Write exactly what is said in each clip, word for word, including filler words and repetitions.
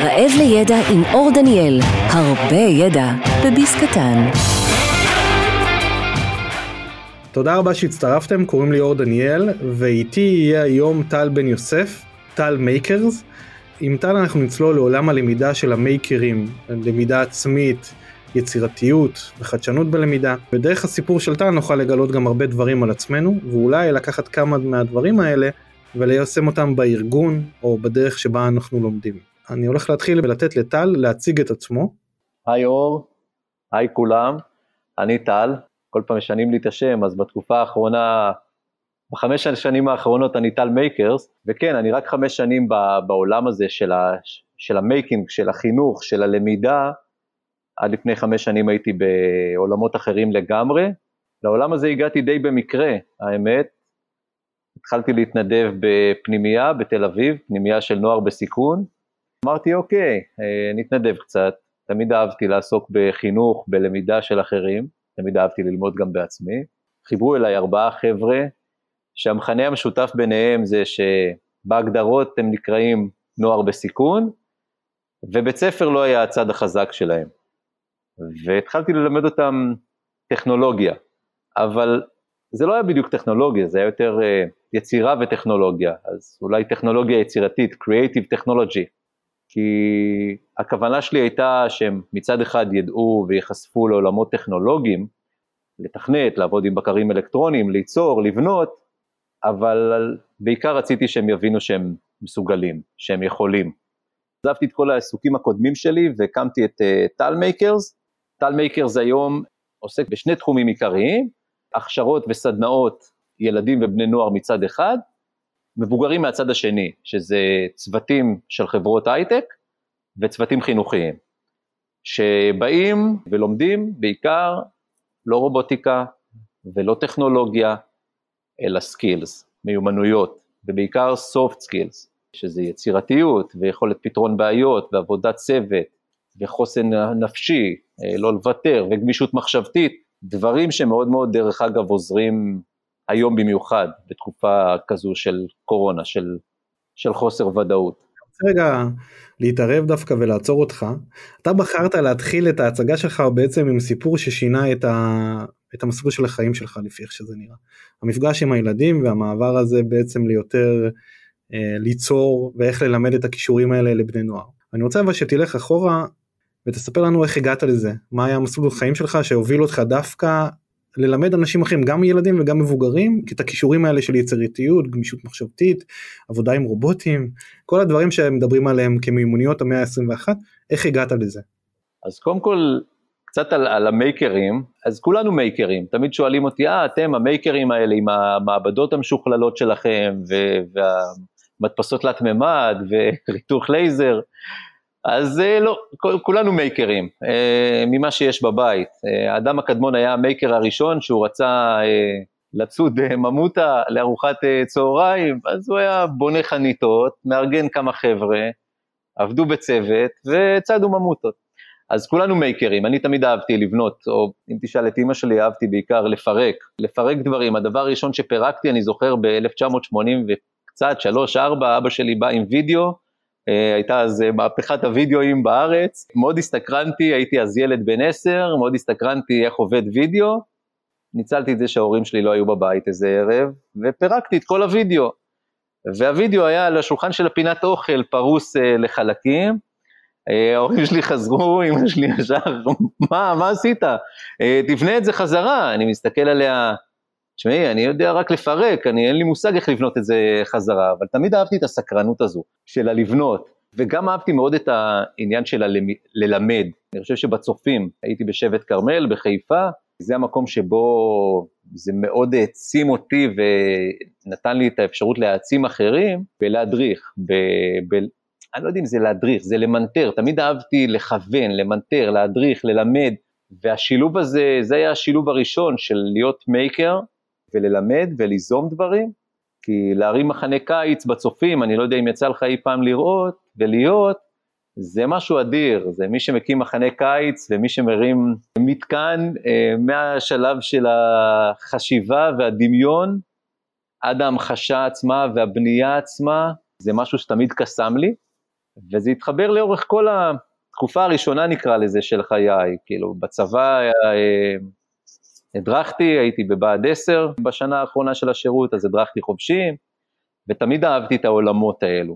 רעב לידע עם אור דניאל, הרבה ידע בביס קטן. תודה רבה שהצטרפתם, קוראים לי אור דניאל, ואיתי יהיה היום טל בן יוסף, טל מייקרס. עם טל אנחנו נצלול לעולם הלמידה של המייקרים, למידה עצמית, יצירתיות וחדשנות בלמידה. בדרך הסיפור של טל נוכל לגלות גם הרבה דברים על עצמנו, ואולי לקחת כמה מהדברים האלה וליישם אותם בארגון או בדרך שבה אנחנו לומדים. אני הולך להתחיל ולתת לטל להציג את עצמו. היי אור, היי כולם, אני טל. כל פעם משנים לי את השם, אז בתקופה האחרונה, בחמש השנים האחרונות אני טל מייקרס, וכן, אני רק חמש שנים בעולם הזה של, ה, של המייקינג, של החינוך, של הלמידה. עד לפני חמש שנים הייתי בעולמות אחרים לגמרי. לעולם הזה הגעתי די במקרה, האמת. התחלתי להתנדב בפנימייה בתל אביב, פנימייה של נוער בסיכון. אמרתי, אוקיי, נתנדב קצת. תמיד אהבתי לעסוק בחינוך, בלמידה של אחרים. תמיד אהבתי ללמוד גם בעצמי. חיברו אליי ארבעה חבר'ה, שהמחנה המשותף ביניהם זה שבהגדרות הם נקראים נוער בסיכון, ובית ספר לא היה הצד החזק שלהם. והתחלתי ללמד אותם טכנולוגיה, אבל זה לא היה בדיוק טכנולוגיה, זה היה יותר uh, יצירה וטכנולוגיה, אז אולי טכנולוגיה יצירתית, creative technology, כי הכוונה שלי הייתה שהם מצד אחד ידעו ויחשפו לעולמות טכנולוגיים, לתכנת, לעבוד עם בקרים אלקטרוניים, ליצור, לבנות, אבל בעיקר רציתי שהם יבינו שהם מסוגלים, שהם יכולים. עזבתי את כל העיסוקים הקודמים שלי והקמתי את uh, טל מייקרס. טל מייקרס היום עוסק בשני תחומים עיקריים, הכשרות וסדנאות ילדים ובני נוער מצד אחד, מבוגרים מהצד השני, שזה צוותים של חברות הייטק וצוותים חינוכיים, שבאים ולומדים בעיקר לא רובוטיקה ולא טכנולוגיה, אלא סקילס, מיומנויות, ובעיקר soft skills, שזה יצירתיות ויכולת פתרון בעיות ועבודת צוות וחוסן נפשי, לא לוותר, וגמישות מחשבתית, דברים שמאוד מאוד דרך אגב עוזרים היום במיוחד, בתקופה כזו של קורונה, של, של חוסר ודאות. אני רוצה רגע להתערב דווקא ולעצור אותך. אתה בחרת להתחיל את ההצגה שלך בעצם עם סיפור ששינה את, ה, את המסלול של החיים שלך, לפי איך שזה נראה. המפגש עם הילדים והמעבר הזה בעצם ליותר אה, ליצור, ואיך ללמד את הכישורים האלה לבני נוער. אני רוצה אבל שתלך אחורה, ותספר לנו איך הגעת לזה, מה היה המסלול החיים שלך שהוביל אותך דווקא ללמד אנשים אחרים, גם ילדים וגם מבוגרים, את הכישורים האלה של יצירתיות, גמישות מחשבתית, עבודה עם רובוטים, כל הדברים שהם מדברים עליהם כמיומנויות המאה ה-עשרים ואחת, איך הגעת לזה? אז קודם כל, קצת על, על המייקרים, אז כולנו מייקרים, תמיד שואלים אותי, אה, אתם המייקרים האלה עם המעבדות המשוכללות שלכם, והמדפסות תלת ממד, וריתוך לייזר, אז לא, כולנו מייקרים, ממה שיש בבית. האדם הקדמון היה המייקר הראשון, שהוא רצה לצוד ממוטה לארוחת צהריים, אז הוא היה בונה חניתות, מארגן כמה חבר'ה, עבדו בצוות, וצדו ממוטות. אז כולנו מייקרים, אני תמיד אהבתי לבנות, או אם תשאל את אמא שלי, אהבתי בעיקר לפרק, לפרק דברים. הדבר הראשון שפרקתי, אני זוכר ב-אלף תשע מאות שמונים וקצת, שלוש, ארבע, אבא שלי בא עם וידאו, הייתה אז מהפכת הוידאוים בארץ, מאוד הסתקרנתי, הייתי אז ילד בן עשר, מאוד הסתקרנתי איך עובד וידאו, ניצלתי את זה שההורים שלי לא היו בבית איזה ערב, ופרקתי את כל הוידאו, והוידאו היה על השולחן של הפינת אוכל פרוס לחלקים, ההורים שלי חזרו, אמא שלי ישר, מה, מה עשית? תבנה את זה חזרה, אני מסתכל עליה, תשמעי, אני יודע רק לפרק, אני אין לי מושג איך לבנות את זה חזרה, אבל תמיד אהבתי את הסקרנות הזו, של הלבנות, וגם אהבתי מאוד את העניין של ללמד. אני חושב שבצופים, הייתי בשבט קרמל, בחיפה, זה המקום שבו זה מאוד העצים אותי, ונתן לי את האפשרות להעצים אחרים, ולהדריך, ב, ב, אני לא יודע אם זה להדריך, זה למנטר, תמיד אהבתי לכוון, למנטר, להדריך, ללמד, והשילוב הזה, זה היה השילוב הראשון של להיות מייקר, וללמד וליזום דברים, כי להרים מחנה קיץ בצופים, אני לא יודע אם יצא לך אי פעם לראות ולהיות, זה משהו אדיר, זה מי שמקים מחנה קיץ, ומי שמרים מתקן, אה, מהשלב של החשיבה והדמיון, עד ההמחשה עצמה והבנייה עצמה, זה משהו שתמיד קסם לי, וזה התחבר לאורך כל התקופה הראשונה נקרא לזה של חיי, כאילו בצבא הדרכתי, הייתי בבה"ד עשר בשנה האחרונה של השירות, אז הדרכתי חובשים, ותמיד אהבתי את העולמות האלו.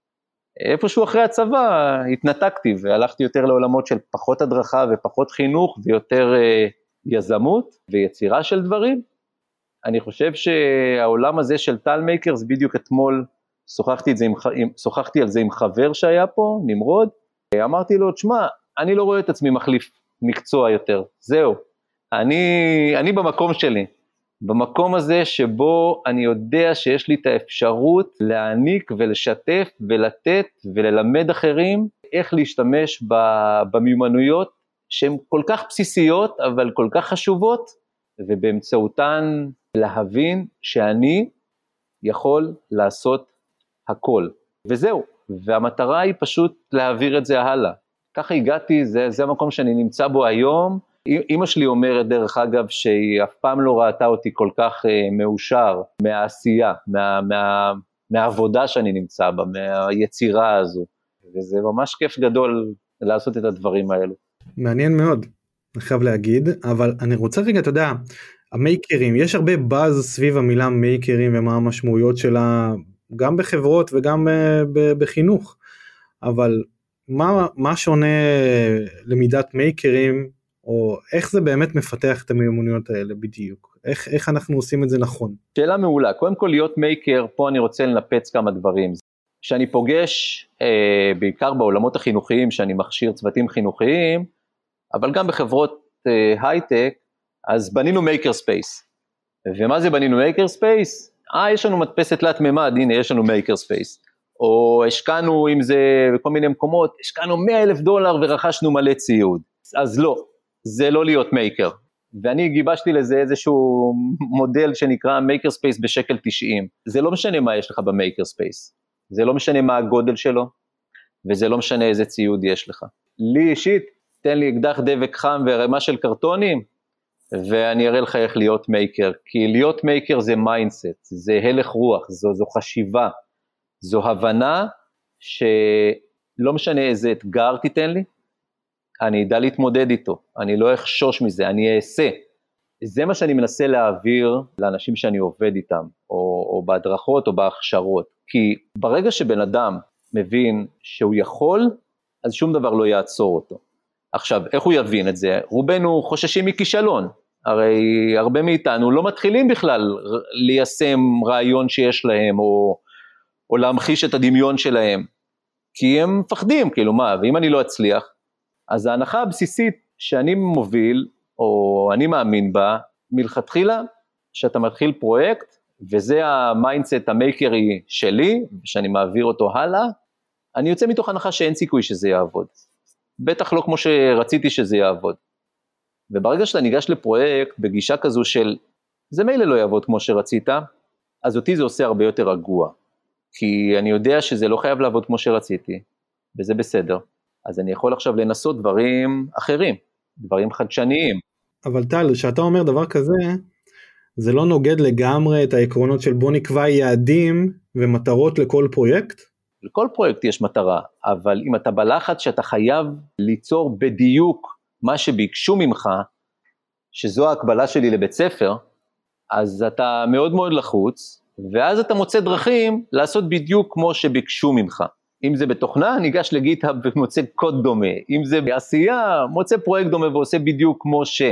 איפשהו אחרי הצבא התנתקתי והלכתי יותר לעולמות של פחות הדרכה ופחות חינוך ויותר אה, יזמות ויצירה של דברים. אני חושב שהעולם הזה של טל מייקרס, בדיוק אתמול שוחחתי, את זה עם, שוחחתי על זה עם חבר שהיה פה, נמרוד, אמרתי לו, תשמע, אני לא רואה את עצמי מחליף מקצוע יותר, זהו, אני, אני במקום שלי, במקום הזה שבו אני יודע שיש לי את האפשרות להעניק ולשתף ולתת וללמד אחרים איך להשתמש במיומנויות שהן כל כך בסיסיות אבל כל כך חשובות, ובאמצעותן להבין שאני יכול לעשות הכל, וזהו, והמטרה היא פשוט להעביר את זה הלאה. ככה הגעתי, זה, זה המקום שאני נמצא בו היום. אמא שלי אומרת דרך אגב שהיא אף פעם לא ראתה אותי כל כך אה, מאושר מהעשייה, מה, מה, מהעבודה שאני נמצא בה, מהיצירה הזו, וזה ממש כיף גדול לעשות את הדברים האלו. מעניין מאוד, אני חייב להגיד, אבל אני רוצה רגע, אתה יודע, המייקרים, יש הרבה באז סביב המילה מייקרים ומה המשמעויות שלה, גם בחברות וגם בחינוך, אבל מה, מה שונה למידת מייקרים, או איך זה באמת מפתח את המיומנויות האלה בדיוק? איך, איך אנחנו עושים את זה נכון? שאלה מעולה. קודם כל להיות מייקר, פה אני רוצה לנפץ כמה דברים. כשאני פוגש, אה, בעיקר בעולמות החינוכיים, שאני מכשיר צוותים חינוכיים, אבל גם בחברות אה, הייטק, אז בנינו מייקר ספייס. ומה זה בנינו מייקר ספייס? אה, יש לנו מדפסת תלת ממד, הנה יש לנו מייקר ספייס. או השקענו עם זה בכל מיני מקומות, השקענו מאה אלף דולר ורכשנו מלא ציוד. אז לא. זה לא להיות מייקר, ואני גיבשתי לזה איזשהו מודל שנקרא מייקר ספייס בשקל תשעים, זה לא משנה מה יש לך במייקר ספייס, זה לא משנה מה הגודל שלו, וזה לא משנה איזה ציוד יש לך. לי אישית, תן לי אקדח דבק חם והרמה של קרטונים, ואני אראה לך איך להיות מייקר, כי להיות מייקר זה מיינדסט, זה הלך רוח, זו, זו חשיבה, זו הבנה שלא משנה איזה אתגר תיתן לי, אני אדע להתמודד איתו, אני לא אחשוש מזה, אני אעשה. זה מה שאני מנסה להעביר לאנשים שאני עובד איתם, או, או בהדרכות או בהכשרות, כי ברגע שבן אדם מבין שהוא יכול, אז שום דבר לא יעצור אותו. עכשיו, איך הוא יבין את זה? רובנו חוששים מכישלון, הרי הרבה מאיתנו לא מתחילים בכלל ליישם רעיון שיש להם, או, או להמחיש את הדמיון שלהם, כי הם מפחדים, כאילו מה, ואם אני לא אצליח, אז ההנחה הבסיסית שאני מוביל, או אני מאמין בה, מלכתחילה, שאתה מתחיל פרויקט, וזה המיינדסט המייקרי שלי, שאני מעביר אותו הלאה, אני יוצא מתוך הנחה שאין סיכוי שזה יעבוד. בטח לא כמו שרציתי שזה יעבוד. וברגע שאתה ניגש לפרויקט, בגישה כזו של, זה מילא לא יעבוד כמו שרצית, אז אותי זה עושה הרבה יותר רגוע. כי אני יודע שזה לא חייב לעבוד כמו שרציתי, וזה בסדר. אז אני יכול עכשיו לנסות דברים אחרים, דברים חדשניים. אבל טל, שאתה אומר דבר כזה, זה לא נוגד לגמרי את העקרונות של בוא נקבע יעדים ומטרות לכל פרויקט? לכל פרויקט יש מטרה, אבל אם אתה בלחץ שאתה חייב ליצור בדיוק מה שביקשו ממך, שזו ההקבלה שלי לבית ספר, אז אתה מאוד מאוד לחוץ, ואז אתה מוצא דרכים לעשות בדיוק כמו שביקשו ממך. אם זה בתוכנה, ניגש לגיטהאב ומוצא קוד דומה. אם זה בעשייה, מוצא פרויקט דומה ועושה בדיוק כמו ש.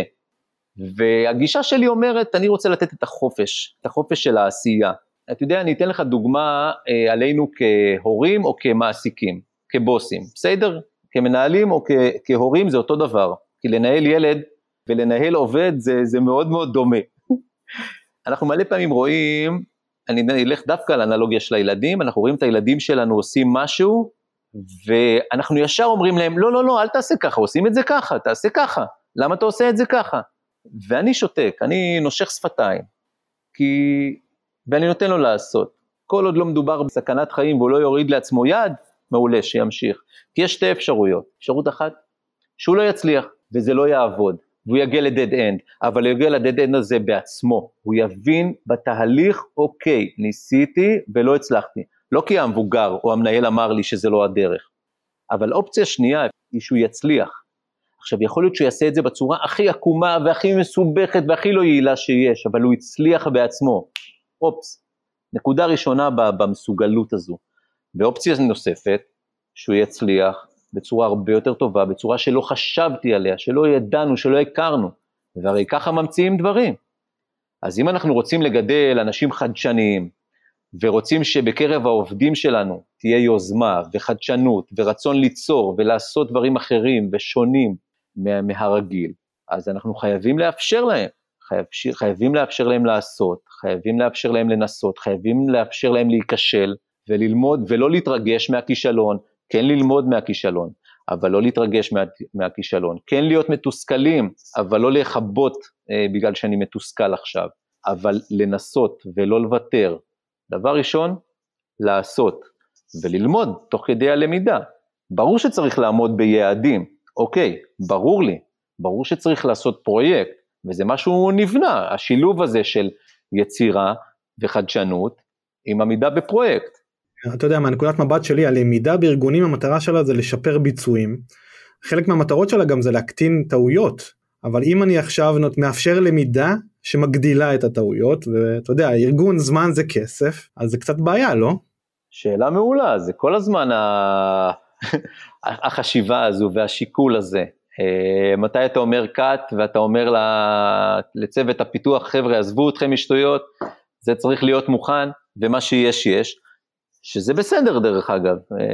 והגישה שלי אומרת, אני רוצה לתת את החופש, את החופש של העשייה. אתה יודע, אני אתן לך דוגמה אה, עלינו כהורים או כמעסיקים, כבוסים. בסדר? כמנהלים או כ- כהורים זה אותו דבר. כי לנהל ילד ולנהל עובד זה, זה מאוד מאוד דומה. אנחנו מלא פעמים רואים, אני אלך דווקא על האנלוגיה של הילדים, אנחנו רואים את הילדים שלנו עושים משהו, ואנחנו ישר אומרים להם, לא, לא, לא, אל תעשה ככה, עושים את זה ככה, תעשה ככה, למה אתה עושה את זה ככה? ואני שותק, אני נושך שפתיים, כי, ואני נותן לו לעשות, כל עוד לא מדובר בסכנת חיים, והוא לא יוריד לעצמו יד, מעולה שימשיך, כי יש שתי אפשרויות, אפשרות אחת, שהוא לא יצליח, וזה לא יעבוד, והוא יגיע לדד אנד, אבל הוא יגיע לדד אנד הזה בעצמו, הוא יבין בתהליך, אוקיי, ניסיתי ולא הצלחתי, לא כי המבוגר או המנהל אמר לי שזה לא הדרך, אבל אופציה שנייה היא שהוא יצליח. עכשיו יכול להיות שהוא יעשה את זה בצורה הכי עקומה והכי מסובכת והכי לא יעילה שיש, אבל הוא הצליח בעצמו. אופס, נקודה ראשונה במסוגלות הזו. ואופציה נוספת, שהוא יצליח בצורה הרבה יותר טובה, בצורה שלא חשבתי עליה, שלא ידענו, שלא הכרנו, והרי ככה ממציאים דברים. אז אם אנחנו רוצים לגדל אנשים חדשניים, ורוצים שבקרב העובדים שלנו תהיה יוזמה וחדשנות ורצון ליצור ולעשות דברים אחרים ושונים מה, מהרגיל, אז אנחנו חייבים לאפשר להם, חייב, חייבים לאפשר להם לעשות, חייבים לאפשר להם לנסות, חייבים לאפשר להם להיכשל וללמוד ולא להתרגש מהכישלון, כן ללמוד מהכישלון, אבל לא להתרגש מה, מהכישלון, כן להיות מתוסכלים, אבל לא לחבות אה, בגלל שאני מתוסכל עכשיו, אבל לנסות ולא לוותר. דבר ראשון, לעשות וללמוד תוך כדי הלמידה. ברור שצריך לעמוד ביעדים, אוקיי, ברור לי, ברור שצריך לעשות פרויקט, וזה משהו נבנה, השילוב הזה של יצירה וחדשנות עם עמידה בפרויקט. אתה יודע, מהנקודת מבט שלי, הלמידה בארגונים, המטרה שלה זה לשפר ביצועים, חלק מהמטרות שלה גם זה להקטין טעויות, אבל אם אני עכשיו מאפשר למידה שמגדילה את הטעויות, ואתה יודע, ארגון זמן זה כסף, אז זה קצת בעיה, לא? שאלה מעולה, זה כל הזמן החשיבה הזו והשיקול הזה. מתי אתה אומר קאט, ואתה אומר לצוות הפיתוח, חבר'ה, עזבו אתכם משטויות, זה צריך להיות מוכן, ומה שיש יש, שזה בסדר דרך אגב,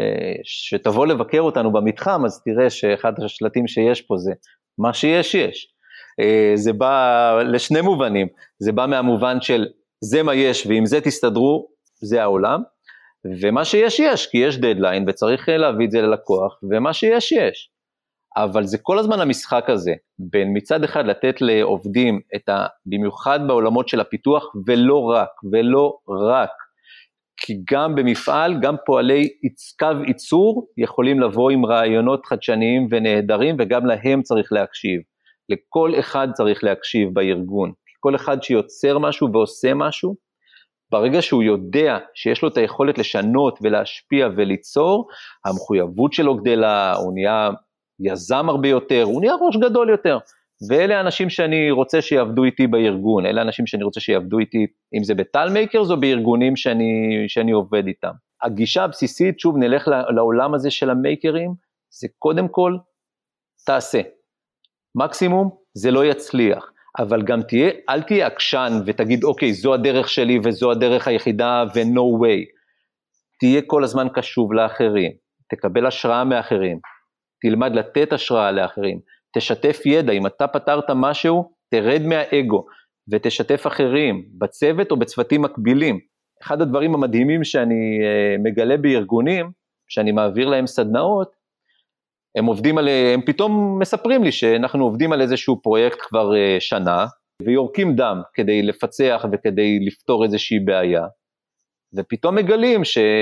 שתבוא לבקר אותנו במתחם, אז תראה שאחד השלטים שיש פה זה, מה שיש יש. זה בא לשני מובנים, זה בא מהמובן של זה מה יש, ואם זה תסתדרו, זה העולם, ומה שיש יש, כי יש דדליין, וצריך להביא את זה ללקוח, ומה שיש יש. אבל זה כל הזמן המשחק הזה, בין מצד אחד לתת לעובדים, את ה, במיוחד בעולמות של הפיתוח, ולא רק, ולא רק, כי גם במפעל, גם פועלי קו ייצור, יכולים לבוא עם רעיונות חדשניים ונהדרים, וגם להם צריך להקשיב. לכל אחד צריך להקשיב בארגון. כל אחד שיוצר משהו ועושה משהו, ברגע שהוא יודע שיש לו את היכולת לשנות ולהשפיע וליצור, המחויבות שלו גדלה, הוא נהיה יזם הרבה יותר, הוא נהיה ראש גדול יותר. ואלה האנשים שאני רוצה שיעבדו איתי בארגון, אלה האנשים שאני רוצה שיעבדו איתי, אם זה בטל מייקרס או בארגונים שאני, שאני עובד איתם. הגישה הבסיסית, שוב נלך לעולם הזה של המייקרים, זה קודם כל, תעשה. מקסימום זה לא יצליח, אבל גם תהיה, אל תהיה עקשן ותגיד, אוקיי, זו הדרך שלי וזו הדרך היחידה ו-no way. תהיה כל הזמן קשוב לאחרים, תקבל השראה מאחרים, תלמד לתת השראה לאחרים, תשתף ידע, אם אתה פתרת משהו, תרד מהאגו, ותשתף אחרים, בצוות או בצוותים מקבילים. אחד הדברים המדהימים שאני מגלה בארגונים, שאני מעביר להם סדנאות, הם עובדים על, הם פתאום מספרים לי שאנחנו עובדים על איזשהו פרויקט כבר שנה, ויורקים דם כדי לפצח וכדי לפתור איזושהי בעיה, ופתאום מגלים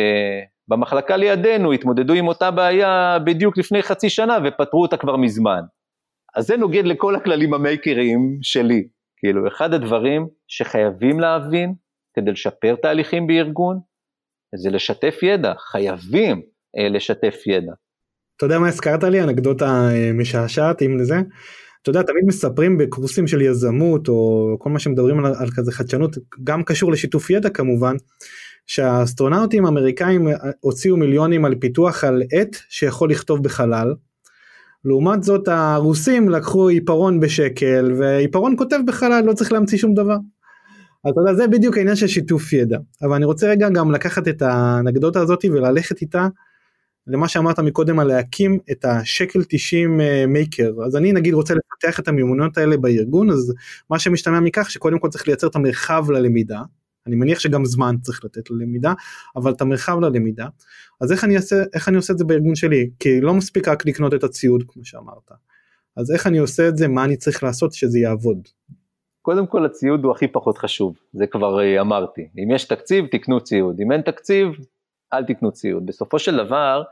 שבמחלקה לידינו התמודדו עם אותה בעיה בדיוק לפני חצי שנה, ופתרו אותה כבר מזמן. אז זה נוגד לכל הכללים המייקריים שלי, כאילו אחד הדברים שחייבים להבין, כדי לשפר תהליכים בארגון, זה לשתף ידע, חייבים לשתף ידע. אתה יודע מה הזכרת לי, אנקדוטה משעשעת עם לזה, אתה יודע, תמיד מספרים בקורסים של יזמות, או כל מה שמדברים על, על כזה חדשנות, גם קשור לשיתוף ידע כמובן, שהאסטרונאוטים האמריקאים הוציאו מיליונים על פיתוח על עט, שיכול לכתוב בחלל, לעומת זאת הרוסים לקחו עיפרון בשקל, ועיפרון כותב בחלל, לא צריך להמציא שום דבר. אז אתה יודע, זה בדיוק העניין של שיתוף ידע, אבל אני רוצה רגע גם לקחת את האנקדוטה הזאת, וללכת איתה, למה שאמרת מקודם על להקים את השקל תשעים מייקר, אז אני נגיד רוצה לפתח את המיומנויות האלה בארגון, אז מה שמשתמע מכך שקודם כל צריך לייצר את המרחב ללמידה, אני מניח שגם זמן צריך לתת ללמידה, אבל את המרחב ללמידה, אז איך אני אעשה, איך אני עושה את זה בארגון שלי, כי לא מספיק רק לקנות את הציוד כמו שאמרת, אז איך אני עושה את זה, מה אני צריך לעשות שזה יעבוד? קודם כל הציוד הוא הכי פחות חשוב, זה כבר אמרתי, אם יש תקציב תקנו ציוד, אם אין תקציב אל תקנו ציוד. בסופו של דבר,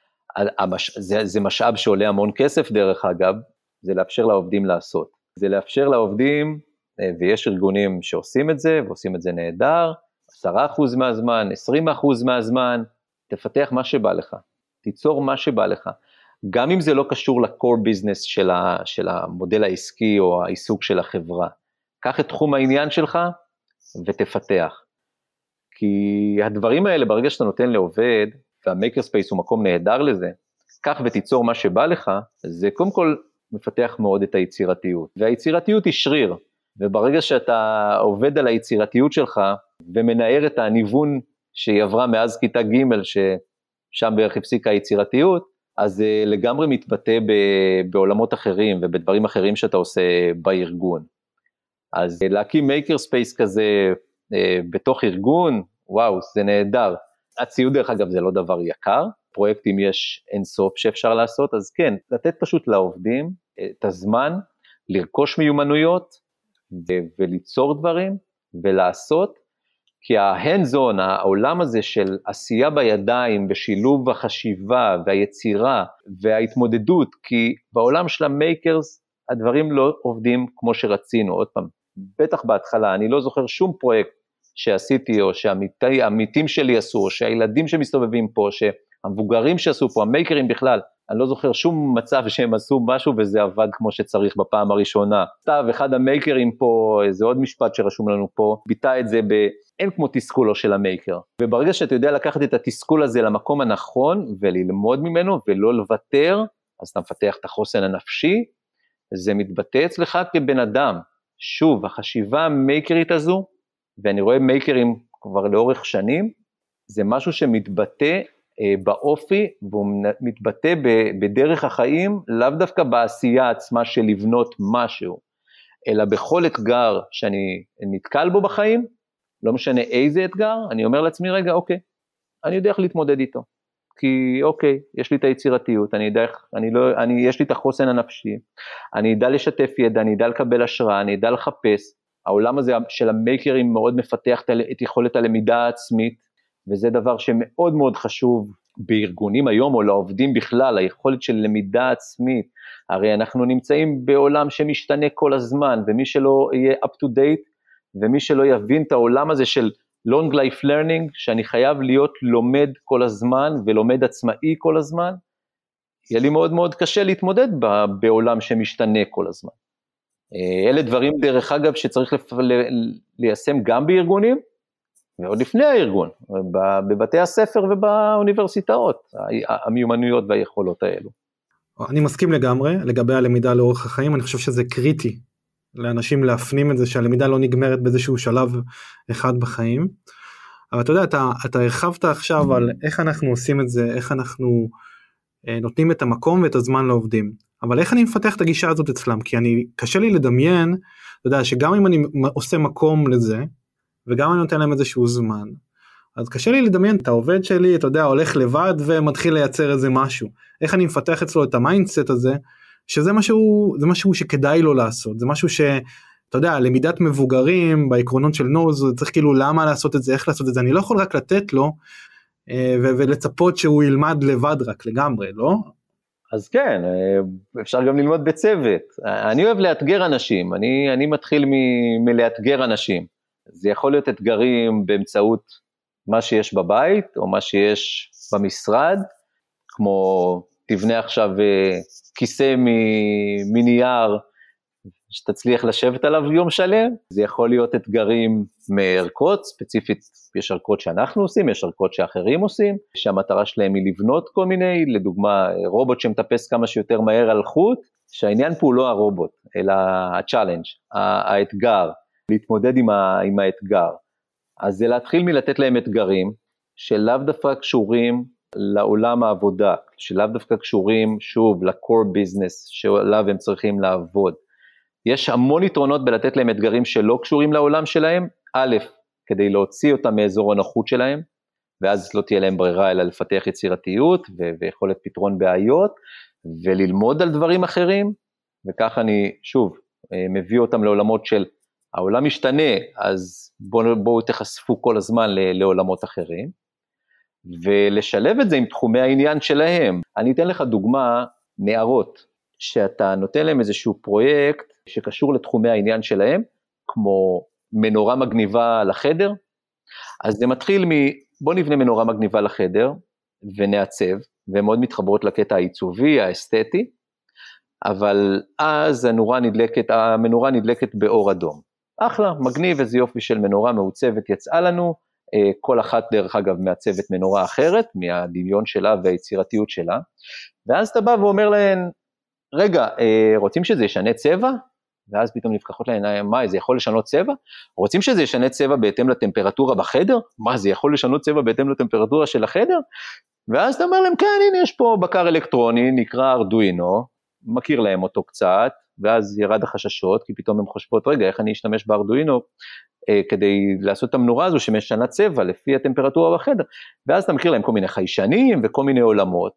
זה, זה משאב שעולה המון כסף דרך אגב, זה לאפשר לעובדים לעשות. זה לאפשר לעובדים, ויש ארגונים שעושים את זה, ועושים את זה נהדר, עשרה אחוז מהזמן, עשרים אחוז מהזמן, תפתח מה שבא לך, תיצור מה שבא לך, גם אם זה לא קשור לקור ביזנס של, ה, של המודל העסקי או העיסוק של החברה, קח את תחום העניין שלך ותפתח, כי הדברים האלה ברגע שאתה נותן לעובד, והמייקר ספייס הוא מקום נהדר לזה, קח ותיצור מה שבא לך, זה קודם כל מפתח מאוד את היצירתיות, והיצירתיות היא שריר, וברגע שאתה עובד על היצירתיות שלך, ומנער את הניוון שהיא עברה מאז כיתה ג' ששם בערך הפסיקה היצירתיות, אז זה לגמרי מתבטא בעולמות אחרים, ובדברים אחרים שאתה עושה בארגון. אז להקים מייקר ספייס כזה בתוך ארגון, וואו, זה נהדר. הציוד דרך אגב זה לא דבר יקר, פרויקטים יש אינסוף שאפשר לעשות, אז כן, לתת פשוט לעובדים את הזמן, לרכוש מיומנויות, ו- וליצור דברים, ולעשות, כי ההנדזון, העולם הזה של עשייה בידיים, בשילוב החשיבה והיצירה וההתמודדות, כי בעולם של המייקרס, הדברים לא עובדים כמו שרצינו, עוד פעם, בטח בהתחלה, אני לא זוכר שום פרויקט שעשיתי, או שהעמיתים שלי עשו, או שהילדים שמסתובבים פה, שהמבוגרים שעשו פה, המייקרים בכלל, אני לא זוכר שום מצב שהם עשו משהו, וזה עבד כמו שצריך בפעם הראשונה. סתיו, אחד המייקרים פה, זה עוד משפט שרשום לנו פה, ביטא את זה ב... אין כמו תסכולו של המייקר. וברגע שאתה יודע לקחת את התסכול הזה למקום הנכון, וללמוד ממנו, ולא לוותר, אז אתה מפתח את החוסן הנפשי, זה מתבטא אצלך כבן אדם. שוב, החשיבה המייקרית הזו, ואני רואה מייקרים כבר לאורך שנים, זה משהו שמתבטא באופי, והוא מתבטא בדרך החיים, לאו דווקא בעשייה עצמה של לבנות משהו, אלא בכל אתגר שאני נתקל בו בחיים, לא משנה איזה אתגר, אני אומר לעצמי, רגע, אוקיי, אני יודע איך להתמודד איתו, כי אוקיי, יש לי את היצירתיות, אני יודע איך, אני לא, אני, יש לי את החוסן הנפשי, אני יודע לשתף ידע, אני יודע לקבל השראה, אני יודע לחפש, העולם הזה של המייקרים מאוד מפתח את יכולת הלמידה העצמית, וזה דבר שמאוד מאוד חשוב בארגונים היום, או לעובדים בכלל, היכולת של למידה עצמית, הרי אנחנו נמצאים בעולם שמשתנה כל הזמן, ומי שלא יהיה up to date, ומי שלא יבין את העולם הזה של long life learning, שאני חייב להיות לומד כל הזמן, ולומד עצמאי כל הזמן, יהיה לי מאוד מאוד קשה להתמודד בעולם שמשתנה כל הזמן. אלה דברים דרך אגב שצריך ליישם גם בארגונים, ועוד לפני הארגון, בבתי הספר ובאוניברסיטאות, המיומנויות והיכולות האלו. אני מסכים לגמרי, לגבי הלמידה לאורך החיים, אני חושב שזה קריטי, לאנשים להפנים את זה, שהלמידה לא נגמרת באיזשהו שלב אחד בחיים, אבל אתה יודע, אתה, אתה הרחבת עכשיו על איך אנחנו עושים את זה, איך אנחנו אה, נותנים את המקום ואת הזמן לעובדים, אבל איך אני מפתח את הגישה הזאת אצלם, כי אני, קשה לי לדמיין, אתה יודע, שגם אם אני עושה מקום לזה, וגם אני נותן להם איזשהו זמן, אז קשה לי לדמיין את העובד שלי, אתה יודע, הולך לבד ומתחיל לייצר איזה משהו, איך אני מפתח אצלו את המיינדסט הזה, שזה משהו, זה משהו שכדאי לו לעשות, זה משהו שאתה יודע, למידת מבוגרים, בעקרונות של נוז, צריך כאילו למה לעשות את זה, איך לעשות את זה, אני לא יכול רק לתת לו, ו- ולצפות שהוא ילמד לבד רק לגמרי, לא? אז כן, אפשר גם ללמוד בצוות, אני אוהב לאתגר אנשים, אני, אני מתחיל מ- מלאתגר אנשים, זה יכול להיות אתגרים באמצעות מה שיש בבית, או מה שיש במשרד, כמו תבנה עכשיו כיסא מנייר, שתצליח לשבת עליו יום שלם, זה יכול להיות אתגרים מערכות, ספציפית יש ערכות שאנחנו עושים, יש ערכות שאחרים עושים, שהמטרה שלהם היא לבנות כל מיני, לדוגמה רובוט שמטפס כמה שיותר מהר על חוט, שהעניין פה הוא לא הרובוט, אלא הצ'אלנג', האתגר, להתמודד עם, ה, עם האתגר, אז זה להתחיל מלתת להם אתגרים, שלאו דווקא קשורים לעולם העבודה, שלאו דווקא קשורים שוב לקור ביזנס, שעליו הם צריכים לעבוד, יש המון יתרונות בלתת להם אתגרים שלא קשורים לעולם שלהם, א', כדי להוציא אותם מאזור הנוחות שלהם, ואז לא תהיה להם ברירה אלא לפתח יצירתיות, ו- ויכולת פתרון בעיות, וללמוד על דברים אחרים, וכך אני שוב מביא אותם לעולמות של, העולם משתנה, אז בואו בוא תחשפו כל הזמן לעולמות אחרים, ולשלב את זה עם תחומי העניין שלהם. אני אתן לך דוגמה, נערות, שאתה נותן להם איזשהו פרויקט שקשור לתחומי העניין שלהם, כמו מנורה מגניבה לחדר, אז זה מתחיל מ, בוא נבנה מנורה מגניבה לחדר, ונעצב, והן מאוד מתחברות לקטע העיצובי, האסתטי, אבל אז הנורה נדלקת, המנורה נדלקת באור אדום. אחלה, מגניב, איזה יופי של מנורה מעוצבת יצאה לנו, כל אחת דרך אגב מעצבת מנורה אחרת, מהדמיון שלה והיצירתיות שלה, ואז אתה בא ואומר להן, רגע, רוצים שזה ישנה צבע? ואז פתאום נפקחות לעיניים, מה, זה יכול לשנות צבע? רוצים שזה ישנה צבע בהתאם לטמפרטורה בחדר? מה, זה יכול לשנות צבע בהתאם לטמפרטורה של החדר? ואז אתה אומר להם, כן, הנה יש פה בקר אלקטרוני, נקרא ארדואינו, מכיר להם אותו קצת, ואז ירד החששות, כי פתאום הם חושבות, רגע, איך אני אשתמש בארדואינו, אה, כדי לעשות את המנורה הזו, שמשנה צבע, לפי הטמפרטורה בחדר, ואז אתה מכיר להם כל מיני חיישנים, וכל מיני עולמות,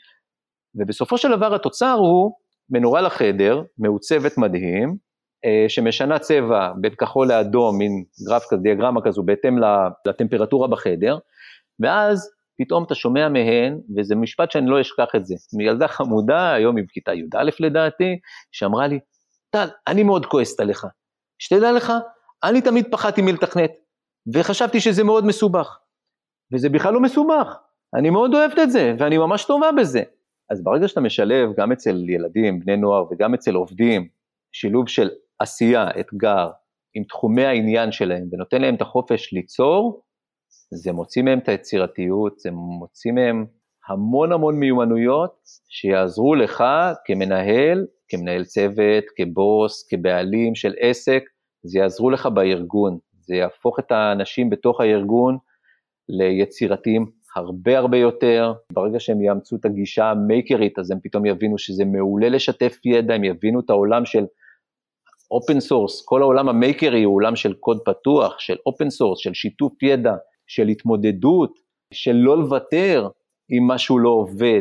ובסופו של דבר התוצר הוא, מנורה לחדר, מעוצבת מדהים, אה, שמשנה צבע, בין כחול לאדום, מין גרף, דיאגרמה כזו, בהתאם לטמפרטורה בחדר, ואז, פתאום אתה שומע מהן, וזה משפט שאני לא אשכח את זה, מילדה חמודה, היום עם כיתה י"א לדעתי, שאמרה לי, טל, אני מאוד כועסת עליך, שתדע לך, אני תמיד פחדתי מלתכנת, וחשבתי שזה מאוד מסובך, וזה בכלל לא מסובך, אני מאוד אוהבת את זה, ואני ממש טובה בזה. אז ברגע שאתה משלב, גם אצל ילדים, בני נוער, וגם אצל עובדים, שילוב של עשייה, אתגר, עם תחומי העניין שלהם, ונותן להם את החופש ליצור, זה מוציא מהם את היצירתיות, זה מוציא מהם המון המון מיומנויות, שיעזרו לך כמנהל, כמנהל צוות, כבוס, כבעלים של עסק, זה יעזרו לך בארגון, זה יהפוך את האנשים בתוך הארגון, ליצירתיים הרבה הרבה יותר, ברגע שהם יאמצו את הגישה המייקרית, אז הם פתאום יבינו שזה מעולה לשתף ידע, הם יבינו את העולם של אופן סורס, כל העולם המייקרי הוא עולם של קוד פתוח, של אופן סורס, של שיתוף ידע, של התמודדות, של לא לוותר אם משהו לא עובד,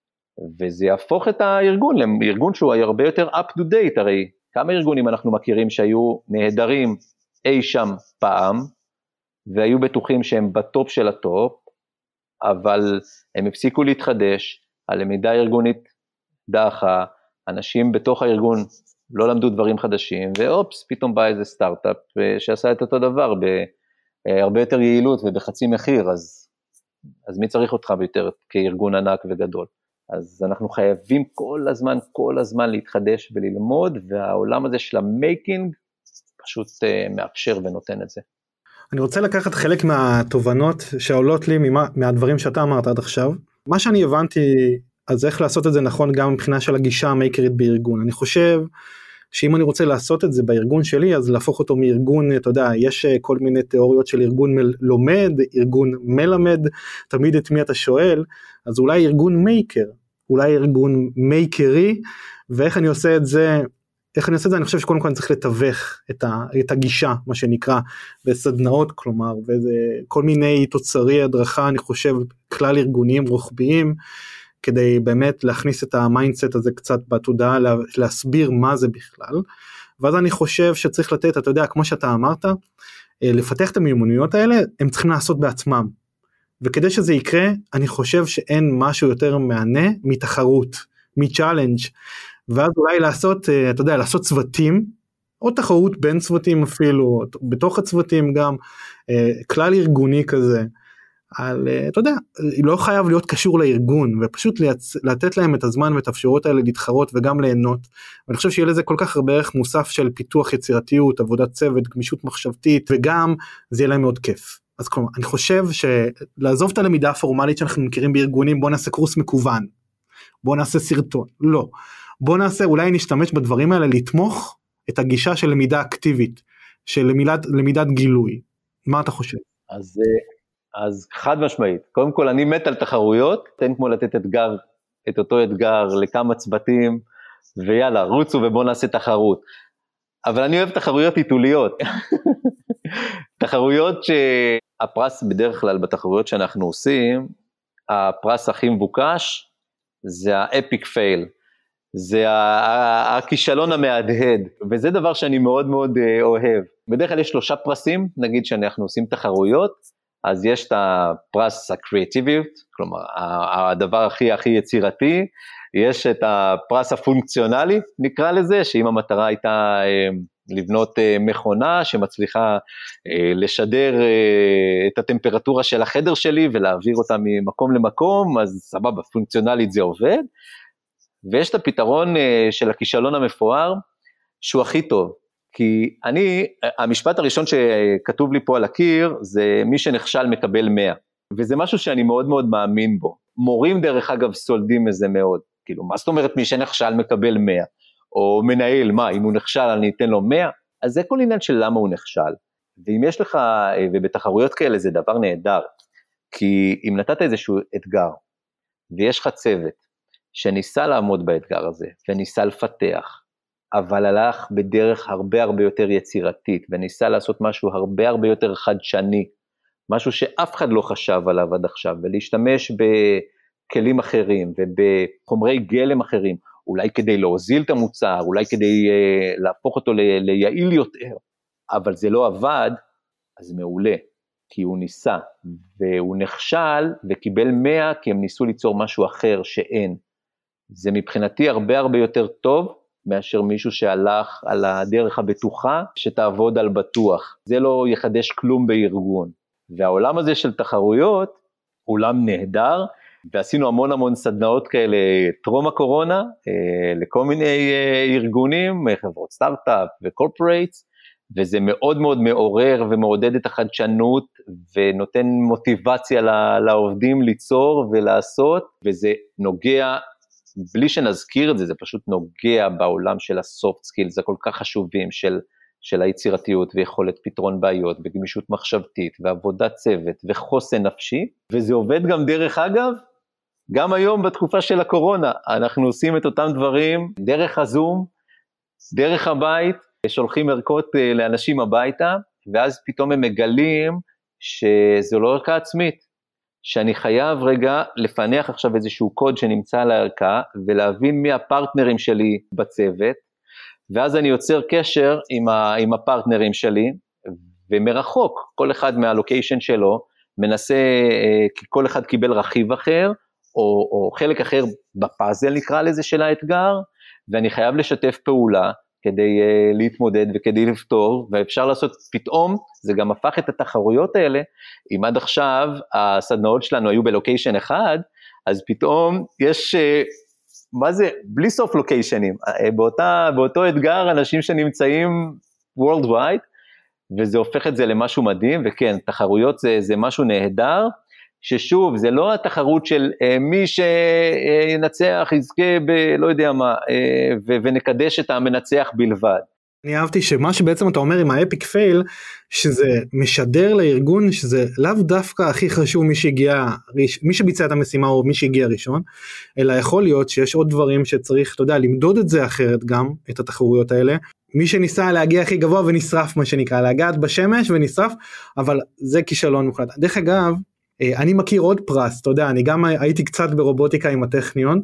וזה יהפוך את הארגון, לארגון שהוא הרבה יותר up to date, הרי כמה ארגונים אנחנו מכירים שהיו נהדרים אי שם פעם, והיו בטוחים שהם בטופ של הטופ, אבל הם הפסיקו להתחדש, הלמידה הארגונית דחה, אנשים בתוך הארגון לא למדו דברים חדשים, ואופס, פתאום בא איזה סטארט-אפ שעשה את אותו דבר, בהרבה יותר יעילות ובחצי מחיר, אז, אז מי צריך אותך ביותר כארגון ענק וגדול? אז אנחנו חייבים כל הזמן, כל הזמן להתחדש וללמוד, והעולם הזה של המייקינג פשוט מאפשר ונותן את זה. אני רוצה לקחת חלק מהתובנות שעולות לי ממה, מהדברים שאתה אמרת עד עכשיו. מה שאני הבנתי, אז איך לעשות את זה נכון גם מבחינה של הגישה המייקרית בארגון. אני חושב שאם אני רוצה לעשות את זה בארגון שלי, אז להפוך אותו מארגון, אתה יודע, יש כל מיני תיאוריות של ארגון לומד, ארגון מלמד, תמיד את מי אתה שואל, אז אולי ארגון מייקר, אולי ארגון מייקרי, ואיך אני עושה את זה, איך אני עושה את זה? אני חושב שקודם כל אני צריך לתווך את, ה, את הגישה, מה שנקרא, בסדנאות, כלומר, וכל מיני תוצרי הדרכה, אני חושב, כלל ארגוניים רוחביים, כדי באמת להכניס את המיינדסט הזה קצת בתודעה, להסביר מה זה בכלל, ואז אני חושב שצריך לתת, אתה יודע, כמו שאתה אמרת, לפתח את המיומנויות האלה, הם צריכים לעשות בעצמם, וכדי שזה יקרה, אני חושב שאין משהו יותר מענה מתחרות, מצ'אלנג', ואז אולי לעשות, אתה יודע, לעשות צוותים, או תחרות בין צוותים אפילו, בתוך הצוותים גם, כלל ארגוני כזה, על, אתה יודע, לא חייב להיות קשור לארגון, ופשוט לתת להם את הזמן ואת האפשרויות האלה להתחרות וגם ליהנות, ואני חושב שיהיה לזה כל כך הרבה ערך מוסף של פיתוח יצירתיות, עבודת צוות, גמישות מחשבתית, וגם זה יהיה להם מאוד כיף. אז כלומר, אני חושב שלעזוב את הלמידה הפורמלית שאנחנו מכירים בארגונים, בוא נעשה קורס מקוון, בוא נעשה סרטון, לא. בוא נעשה, אולי נשתמש בדברים האלה, לתמוך את הגישה של למידה אקטיבית, של למידת, למידת גילוי. מה אתה חושב? אז, אז חד משמעית, קודם כל אני מת על תחרויות, תן כמו לתת אתגר, את אותו אתגר לכמה צוותים, ויאללה, רוצו ובוא נעשה תחרות. אבל אני אוהב תחרויות עיתוליות. תחרויות שהפרס בדרך כלל בתחרויות שאנחנו עושים, הפרס הכי מבוקש, זה האפיק פייל. זה הכישלון המהדהד, וזה דבר שאני מאוד מאוד אוהב. בדרך כלל יש שלושה פרסים, נגיד שאנחנו עושים תחרויות, אז יש את הפרס הקריאטיביות, כלומר, הדבר הכי הכי יצירתי, יש את הפרס הפונקציונלי, נקרא לזה, שאם המטרה הייתה לבנות מכונה שמצליחה לשדר את הטמפרטורה של החדר שלי ולהעביר אותה ממקום למקום, אז סבבה, פונקציונלית זה עובד, ויש את הפתרון של הכישלון המפואר, שהוא הכי טוב, כי אני, המשפט הראשון שכתוב לי פה על הקיר, זה מי שנכשל מקבל מאה, וזה משהו שאני מאוד מאוד מאמין בו, מורים דרך אגב סולדים מזה מאוד, כאילו מה זאת אומרת מי שנכשל מקבל מאה, או מנהל, מה, אם הוא נכשל אני אתן לו מאה, אז זה כל עניין של למה הוא נכשל, ואם יש לך, ובתחרויות כאלה זה דבר נהדר, כי אם נתת איזשהו אתגר, ויש לך צוות, שניסה לעמוד באתגר הזה, וניסה לפתח, אבל הלך בדרך הרבה הרבה יותר יצירתית, וניסה לעשות משהו הרבה הרבה יותר חדשני, משהו שאף אחד לא חשב עליו עד עכשיו, ולהשתמש בכלים אחרים, ובחומרי גלם אחרים, אולי כדי להוזיל את המוצר, אולי כדי uh, להפוך אותו ל- ליעיל יותר, אבל זה לא עבד, אז מעולה, כי הוא ניסה, והוא נכשל וקיבל מאה, כי הם ניסו ליצור משהו אחר שאין. זה מבחינתי הרבה הרבה יותר טוב, מאשר מישהו שהלך על הדרך הבטוחה, שתעבוד על בטוח. זה לא יחדש כלום בארגון. והעולם הזה של תחרויות, עולם נהדר, ועשינו המון המון סדנאות כאלה טרום הקורונה, לכל מיני ארגונים, חברות סטארט-אפ וקורפורייטס, וזה מאוד מאוד מעורר ומעודד את החדשנות, ונותן מוטיבציה לעובדים ליצור ולעשות, וזה נוגע, בלי שנזכיר את זה, זה פשוט נוגע בעולם של הסופט סקילס, הכל כך חשובים של, של היצירתיות ויכולת פתרון בעיות, וגמישות מחשבתית, ועבודת צוות, וחוסן נפשי, וזה עובד גם דרך אגב, גם היום בתקופה של הקורונה, אנחנו עושים את אותם דברים, דרך הזום, דרך הבית, שולחים ערכות לאנשים הביתה, ואז פתאום הם מגלים שזו לא ערכה עצמית, שאני חייב רגע לפענח עכשיו איזשהו קוד שנמצא על הערכה, ולהבין מי הפרטנרים שלי בצוות, ואז אני יוצר קשר עם, ה, עם הפרטנרים שלי, ומרחוק, כל אחד מהלוקיישן שלו, מנסה, כי כל אחד קיבל רכיב אחר, או, או חלק אחר בפאזל נקרא לזה של האתגר, ואני חייב לשתף פעולה, כדי uh, להתמודד וכדי לפתור, ואפשר לעשות פתאום, זה גם הפך את התחרויות האלה, אם עד עכשיו הסדנאות שלנו היו בלוקיישן אחד, אז פתאום יש, uh, מה זה, בלי סוף לוקיישנים, uh, באותה, באותו אתגר אנשים שנמצאים worldwide, וזה הופך את זה למשהו מדהים, וכן, תחרויות זה, זה משהו נהדר, ששוב, זה לא התחרות של אה, מי שינצח, יזכה ב, לא יודע מה, אה, ו- ונקדש את המנצח בלבד. אני אהבתי שמה שבעצם אתה אומר עם האפיק פייל, שזה משדר לארגון, שזה לאו דווקא הכי חשוב מי שהגיע, מי שביצע את המשימה או מי שהגיע ראשון, אלא יכול להיות שיש עוד דברים שצריך, אתה יודע, למדוד את זה אחרת גם, את התחרויות האלה, מי שניסה להגיע הכי גבוה ונשרף מה שנקרא, להגעת בשמש ונשרף, אבל זה כישלון מוחלט. דרך אגב, אני מכיר עוד פרס, אתה יודע, אני גם הייתי קצת ברובוטיקה עם הטכניון,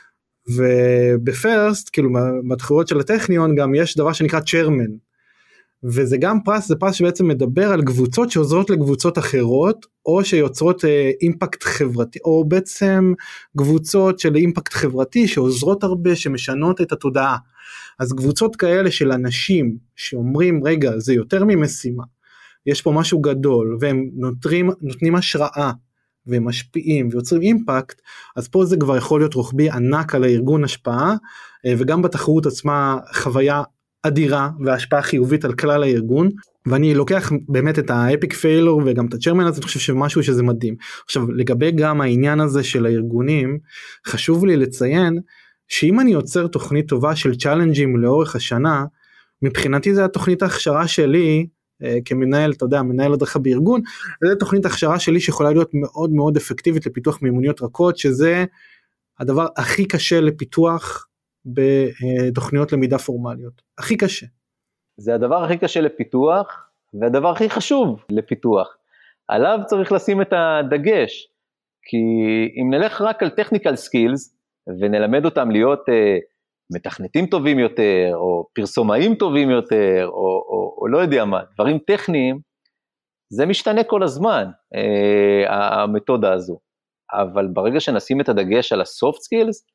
ובפרסט, כאילו בתחרויות של הטכניון, גם יש דבר שנקרא צ'רמן, וזה גם פרס, זה פרס שבעצם מדבר על קבוצות שעוזרות לקבוצות אחרות, או שיוצרות אה, אימפקט חברתי, או בעצם קבוצות של אימפקט חברתי, שעוזרות הרבה, שמשנות את התודעה, אז קבוצות כאלה של אנשים, שאומרים, רגע, זה יותר ממשימה, יש פה משהו גדול, והם נותנים, נותנים השראה, והם משפיעים, ויוצרים אימפקט, אז פה זה כבר יכול להיות רוחבי ענק על הארגון השפעה, וגם בתחרות עצמה חוויה אדירה, והשפעה חיובית על כלל הארגון, ואני לוקח באמת את האפיק פיילור, וגם את הצ'רמן הזה, אני חושב שמשהו שזה מדהים. עכשיו, לגבי גם העניין הזה של הארגונים, חשוב לי לציין, שאם אני יוצר תוכנית טובה של צ'אלנג'ים לאורך השנה, מבחינתי זה התוכנית ההכשרה שלי, כמנהל, אתה יודע, מנהל הדרכה בארגון, זה תוכנית הכשרה שלי שיכולה להיות מאוד מאוד אפקטיבית לפיתוח מימוניות רכות, שזה הדבר הכי קשה לפיתוח בתוכניות למידה פורמליות, הכי קשה. זה הדבר הכי קשה לפיתוח, והדבר הכי חשוב לפיתוח. עליו צריך לשים את הדגש, כי אם נלך רק על technical skills, ונלמד אותם להיות מתכנתים טובים יותר, או פרסומאים טובים יותר, או, או, או לא יודע מה, דברים טכניים, זה משתנה כל הזמן, אה, המתודה הזו. אבל ברגע שנשים את הדגש על הסופט סקילס,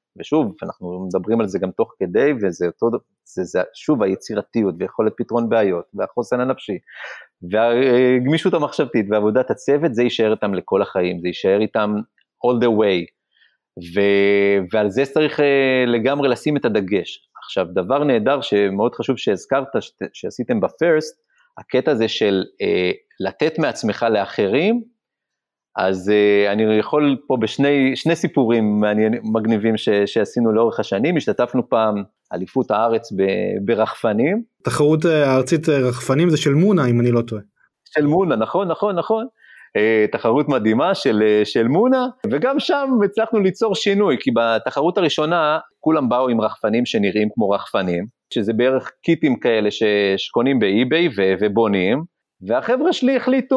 ושוב, אנחנו מדברים על זה גם תוך כדי, וזה אותו, זה, זה, שוב, היצירתיות, ויכולת פתרון בעיות, והחוסן הנפשי, והגמישות המחשבתית, ועבודת הצוות, זה יישאר איתם לכל החיים, זה יישאר איתם all the way, ו, ועל זה צריך לגמרי לשים את הדגש. עכשיו, דבר נהדר שמאוד חשוב שהזכרת, שעשיתם בפרסט, הקטע הזה של אה, לתת מעצמך לאחרים, אז אה, אני יכול פה בשני שני סיפורים מעניינים, מגניבים ש, שעשינו לאורך השנים, השתתפנו פעם אליפות הארץ ב, ברחפנים. תחרות הארצית רחפנים זה של מונה, אם אני לא טועה. של מונה, נכון, נכון, נכון. אה, תחרות מדהימה של, של מונה, וגם שם הצלחנו ליצור שינוי, כי בתחרות הראשונה כולם באו עם רחפנים שנראים כמו רחפנים, שזה בערך קיטים כאלה שקונים באי-ביי ובונים, והחבר'ה שלי החליטו,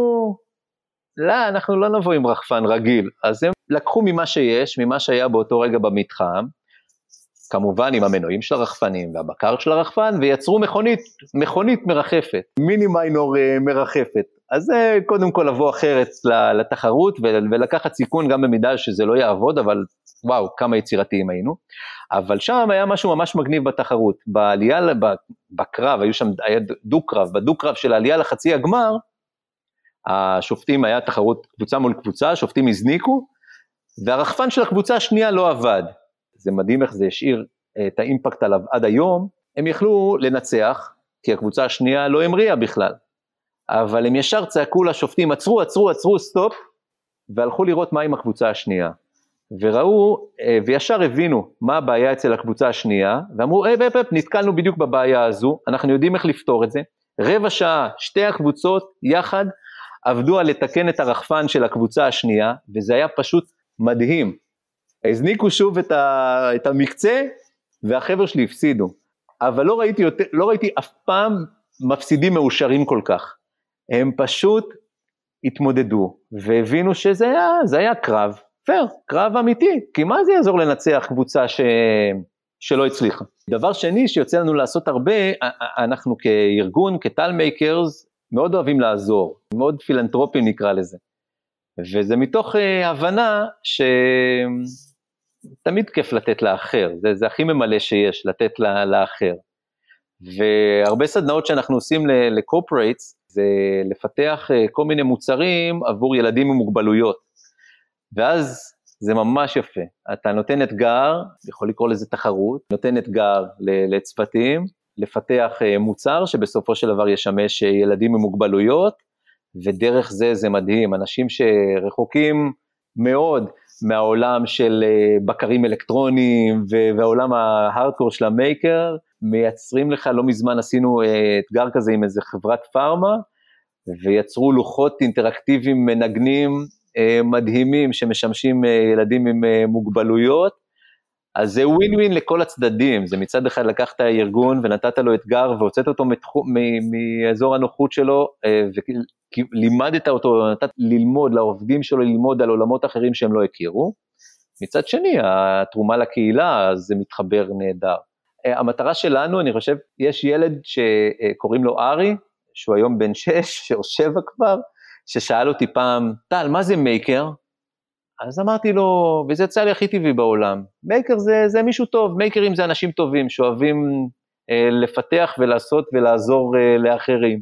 לא, אנחנו לא נבוא עם רחפן רגיל, אז הם לקחו ממה שיש, ממה שהיה באותו רגע במתחם, כמובן עם המנועים של הרחפנים והבקר של הרחפן, ויצרו מכונית, מכונית מרחפת, מיני מיינור מרחפת, אז זה קודם כל לבוא אחרת לתחרות, ולקחת סיכון גם במידה שזה לא יעבוד, אבל וואו, כמה יצירתיים היינו, אבל שם היה משהו ממש מגניב בתחרות, בעלייה, בקרב, היו שם, היה דו-קרב, בדו-קרב של העלייה לחצי הגמר, השופטים היה תחרות קבוצה מול קבוצה, השופטים הזניקו, והרחפן של הקבוצה השנייה לא עבד, זה מדהים איך זה השאיר את האימפקט עליו עד היום, הם יכלו לנצח, כי הקבוצה השנייה לא המריאה בכלל, אבל הם ישר צעקו לשופטים, עצרו, עצרו, עצרו, סטופ, והלכו לראות מה עם הקבוצה השנייה, וראו, וישר הבינו מה הבעיה אצל הקבוצה השנייה, ואמרו, אפ, אפ, אפ, נתקלנו בדיוק בבעיה הזו, אנחנו יודעים איך לפתור את זה, רבע שעה, שתי הקבוצות יחד, עבדו על לתקן את הרחפן של הקבוצה השנייה, וזה היה פשוט מדהים, הזניקו שוב את, ה, את המקצה, והחבר שלי הפסידו, אבל לא ראיתי, יותר, לא ראיתי אף פעם מפסידים מאושרים כל כך, הם פשוט התמודדו, והבינו שזה היה, זה היה קרב, פייר, קרב אמיתי, כי מה זה יעזור לנצח קבוצה ש... שלא הצליחה. דבר שני שיוצא לנו לעשות הרבה, אנחנו כארגון, כטל מייקרס, מאוד אוהבים לעזור, מאוד פילנטרופים נקרא לזה, וזה מתוך הבנה שתמיד כיף לתת לאחר, זה, זה הכי ממלא שיש, לתת לאחר, והרבה סדנאות שאנחנו עושים לקורפורייטס, זה לפתח כל מיני מוצרים עבור ילדים עם מוגבלויות, ואז זה ממש יפה, אתה נותן אתגר, יכול לקרוא לזה תחרות, נותן אתגר לצוותים, לפתח מוצר שבסופו של דבר ישמש ילדים עם מוגבלויות, ודרך זה זה מדהים, אנשים שרחוקים מאוד מהעולם של בקרים אלקטרוניים, והעולם ההארדקור של המייקר, מייצרים לך, לא מזמן עשינו אתגר כזה עם איזה חברת פארמה, ויצרו לוחות אינטראקטיביים מנגנים, מדהימים שמשמשים ילדים עם מוגבלויות, אז זה ווין ווין לכל הצדדים, זה מצד אחד לקחת הארגון ונתת לו אתגר והוצאת אותו מאזור הנוחות שלו, ולימדת אותו, נתת ללמוד לעובדים שלו, ללמוד על עולמות אחרים שהם לא הכירו, מצד שני התרומה לקהילה זה מתחבר נהדר. המטרה שלנו, אני חושב, יש ילד שקוראים לו ארי, שהוא היום בן שש או שבע כבר, ששאל אותי פעם, טל, מה זה מייקר? אז אמרתי לו, וזה יצא לי הכי טבעי בעולם, מייקר זה, זה מישהו טוב, מייקרים זה אנשים טובים, שאוהבים אה, לפתח ולעשות ולעזור אה, לאחרים,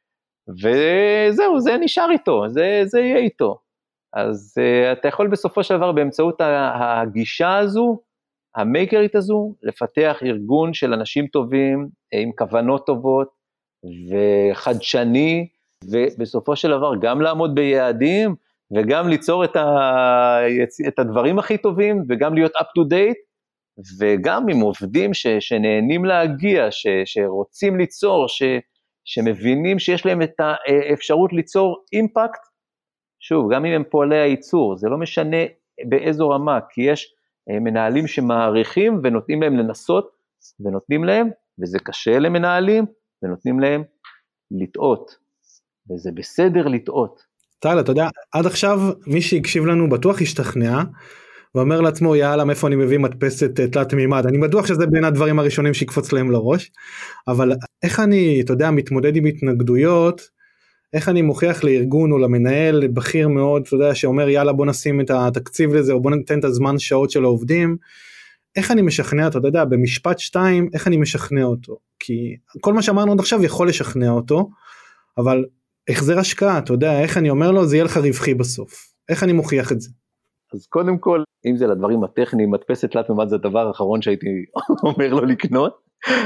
וזהו, זה נשאר איתו, זה, זה יהיה איתו, אז אה, אתה יכול בסופו של דבר, באמצעות הגישה הזו, המייקרית הזו, לפתח ארגון של אנשים טובים, אה, עם כוונות טובות, וחדשני, ובסופו של דבר גם לעמוד ביעדים, וגם ליצור את, ה... את הדברים הכי טובים, וגם להיות up to date, וגם עם עובדים ש... שנהנים להגיע, ש... שרוצים ליצור, ש... שמבינים שיש להם את האפשרות ליצור אימפקט, שוב, גם אם הם פועלי הייצור, זה לא משנה באיזו רמה, כי יש מנהלים שמעריכים, ונותנים להם לנסות, ונותנים להם, וזה קשה למנהלים, ונותנים להם לטעות, וזה בסדר לטעות. טל, אתה יודע, עד עכשיו מי שהקשיב לנו בטוח השתכנע, ואומר לעצמו, יאללה, מאיפה אני מביא מדפסת תלת מימד, אני בטוח שזה בין הדברים הראשונים שיקפוץ להם לראש, אבל איך אני, אתה יודע, מתמודד עם התנגדויות, איך אני מוכיח לארגון או למנהל בכיר מאוד, אתה יודע, שאומר, יאללה, בוא נשים את התקציב לזה, או בוא ניתן את הזמן שעות של העובדים, איך אני משכנע אותו, אתה יודע, במשפט שתיים, איך אני משכנע אותו, כי כל מה שאמרנו עד עכשיו יכול לשכנע אותו, אבל החזר השקעה, אתה יודע, איך אני אומר לו, זה יהיה לך רווחי בסוף, איך אני מוכיח את זה? אז קודם כל, אם זה לדברים הטכניים, מדפסת תלת ממד זה הדבר האחרון שהייתי אומר לו לקנות,